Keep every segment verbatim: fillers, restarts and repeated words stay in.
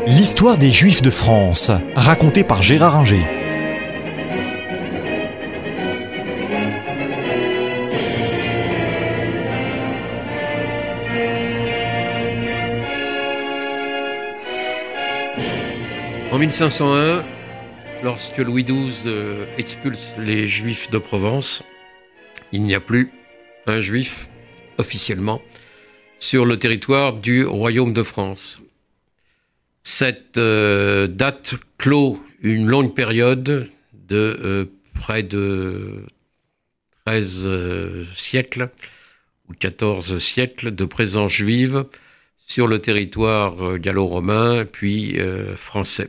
L'histoire des Juifs de France, racontée par Gérard Inger. En mille cinq cent un, lorsque Louis douze euh, expulse les Juifs de Provence, il n'y a plus un Juif, officiellement, sur le territoire du Royaume de France. Cette euh, date clôt une longue période de euh, près de treize euh, siècles, ou quatorze siècles, de présence juive sur le territoire euh, gallo-romain, puis euh, français.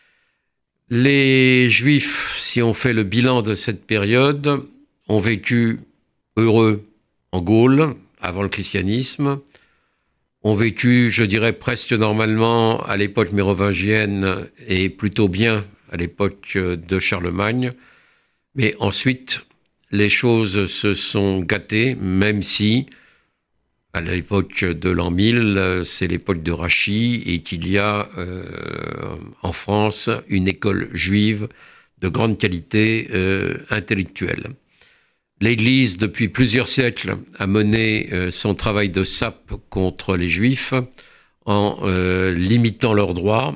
Les Juifs, si on fait le bilan de cette période, ont vécu heureux en Gaule, avant le christianisme, ont vécu, je dirais, presque normalement à l'époque mérovingienne et plutôt bien à l'époque de Charlemagne. Mais ensuite, les choses se sont gâtées, même si, à l'époque de l'an mille, c'est l'époque de Rachid et qu'il y a euh, en France une école juive de grande qualité euh, intellectuelle. L'Église, depuis plusieurs siècles, a mené euh, son travail de sape contre les Juifs en euh, limitant leurs droits,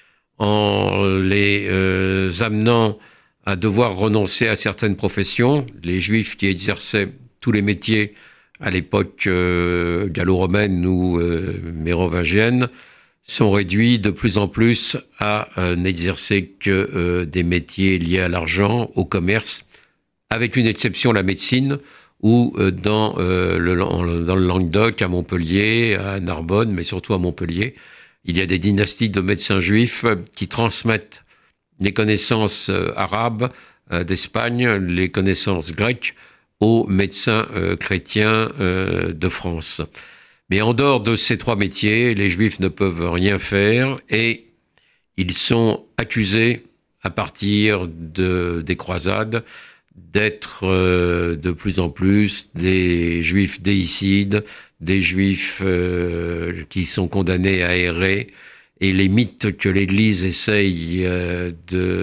en les euh, amenant à devoir renoncer à certaines professions. Les Juifs qui exerçaient tous les métiers à l'époque euh, gallo-romaine ou euh, mérovingienne sont réduits de plus en plus à euh, n'exercer que euh, des métiers liés à l'argent, au commerce, avec une exception, la médecine, où euh, dans, euh, le, dans le Languedoc, à Montpellier, à Narbonne, mais surtout à Montpellier, il y a des dynasties de médecins juifs qui transmettent les connaissances euh, arabes euh, d'Espagne, les connaissances grecques, aux médecins euh, chrétiens euh, de France. Mais en dehors de ces trois métiers, les Juifs ne peuvent rien faire et ils sont accusés, à partir de, des croisades, d'être euh, de plus en plus des Juifs déicides, des Juifs euh, qui sont condamnés à errer, et les mythes que l'Église essaye euh,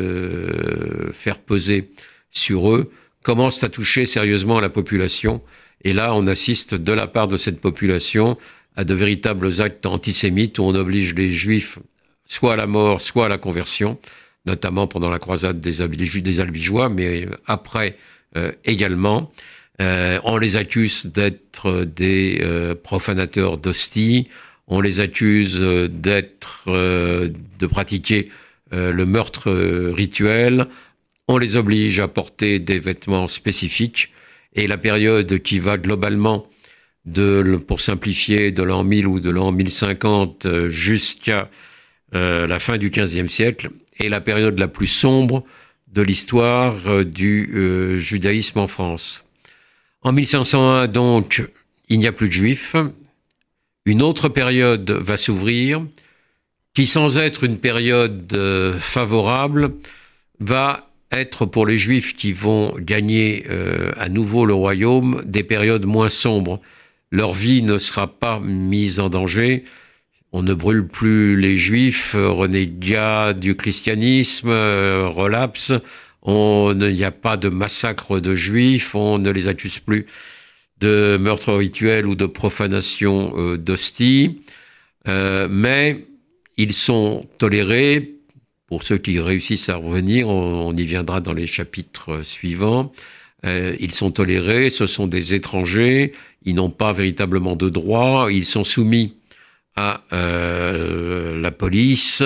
de faire peser sur eux commencent à toucher sérieusement la population. Et là, on assiste de la part de cette population à de véritables actes antisémites où on oblige les Juifs soit à la mort, soit à la conversion, notamment pendant la croisade des, des Albigeois, mais après euh, également. Euh, on les accuse d'être des euh, profanateurs d'hosties, on les accuse d'être, euh, de pratiquer euh, le meurtre euh, rituel, on les oblige à porter des vêtements spécifiques, et la période qui va globalement, de, pour simplifier, de l'an mille ou de l'an mille cinquante jusqu'à euh, la fin du quinzième siècle, est la période la plus sombre de l'histoire euh, du euh, judaïsme en France. En mille cinq cent un, donc, il n'y a plus de Juifs. Une autre période va s'ouvrir, qui, sans être une période euh, favorable, va être pour les Juifs qui vont gagner euh, à nouveau le royaume des périodes moins sombres. Leur vie ne sera pas mise en danger. On ne brûle plus les Juifs, renégats du christianisme, euh, relapse. Il n'y a pas de massacre de Juifs, on ne les accuse plus de meurtre rituel ou de profanation euh, d'hosties. Euh, mais ils sont tolérés. Pour ceux qui réussissent à revenir, on, on y viendra dans les chapitres suivants. Euh, ils sont tolérés, ce sont des étrangers, ils n'ont pas véritablement de droits, ils sont soumis à euh, la police,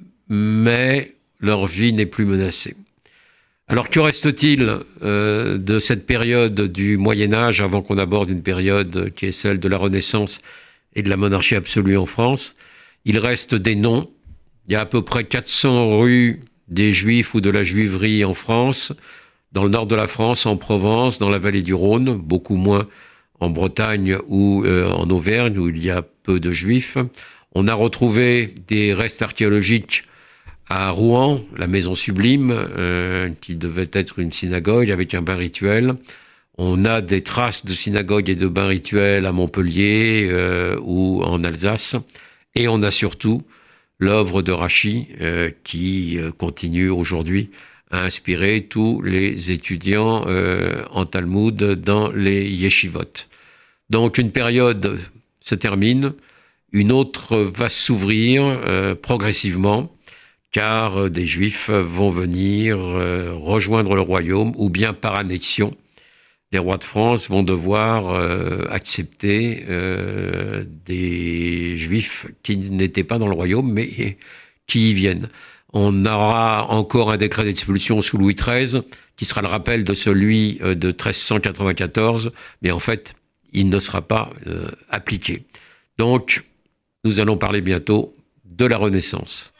mais leur vie n'est plus menacée. Alors que reste-t-il euh, de cette période du Moyen-Âge, avant qu'on aborde une période qui est celle de la Renaissance et de la monarchie absolue en France? Il reste des noms. Il y a à peu près quatre cents rues des Juifs ou de la Juiverie en France, dans le nord de la France, en Provence, dans la vallée du Rhône, beaucoup moins en Bretagne ou euh, en Auvergne, où il y a peu de Juifs. On a retrouvé des restes archéologiques à Rouen, la Maison Sublime, euh, qui devait être une synagogue avec un bain rituel. On a des traces de synagogues et de bains rituels à Montpellier euh, ou en Alsace. Et on a surtout l'œuvre de Rashi, euh, qui euh, continue aujourd'hui à inspirer tous les étudiants euh, en Talmud dans les yeshivot. Donc une période se termine, une autre va s'ouvrir euh, progressivement, car euh, des Juifs vont venir euh, rejoindre le royaume, ou bien par annexion. Les rois de France vont devoir euh, accepter euh, des Juifs qui n'étaient pas dans le royaume, mais qui y viennent. On aura encore un décret d'expulsion sous Louis treize, qui sera le rappel de celui de treize cent quatre-vingt-quatorze, mais en fait, il ne sera pas euh, appliqué. Donc, nous allons parler bientôt de la Renaissance.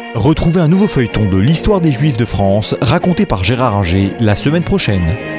Retrouvez un nouveau feuilleton de l'histoire des Juifs de France raconté par Gérard Inger la semaine prochaine.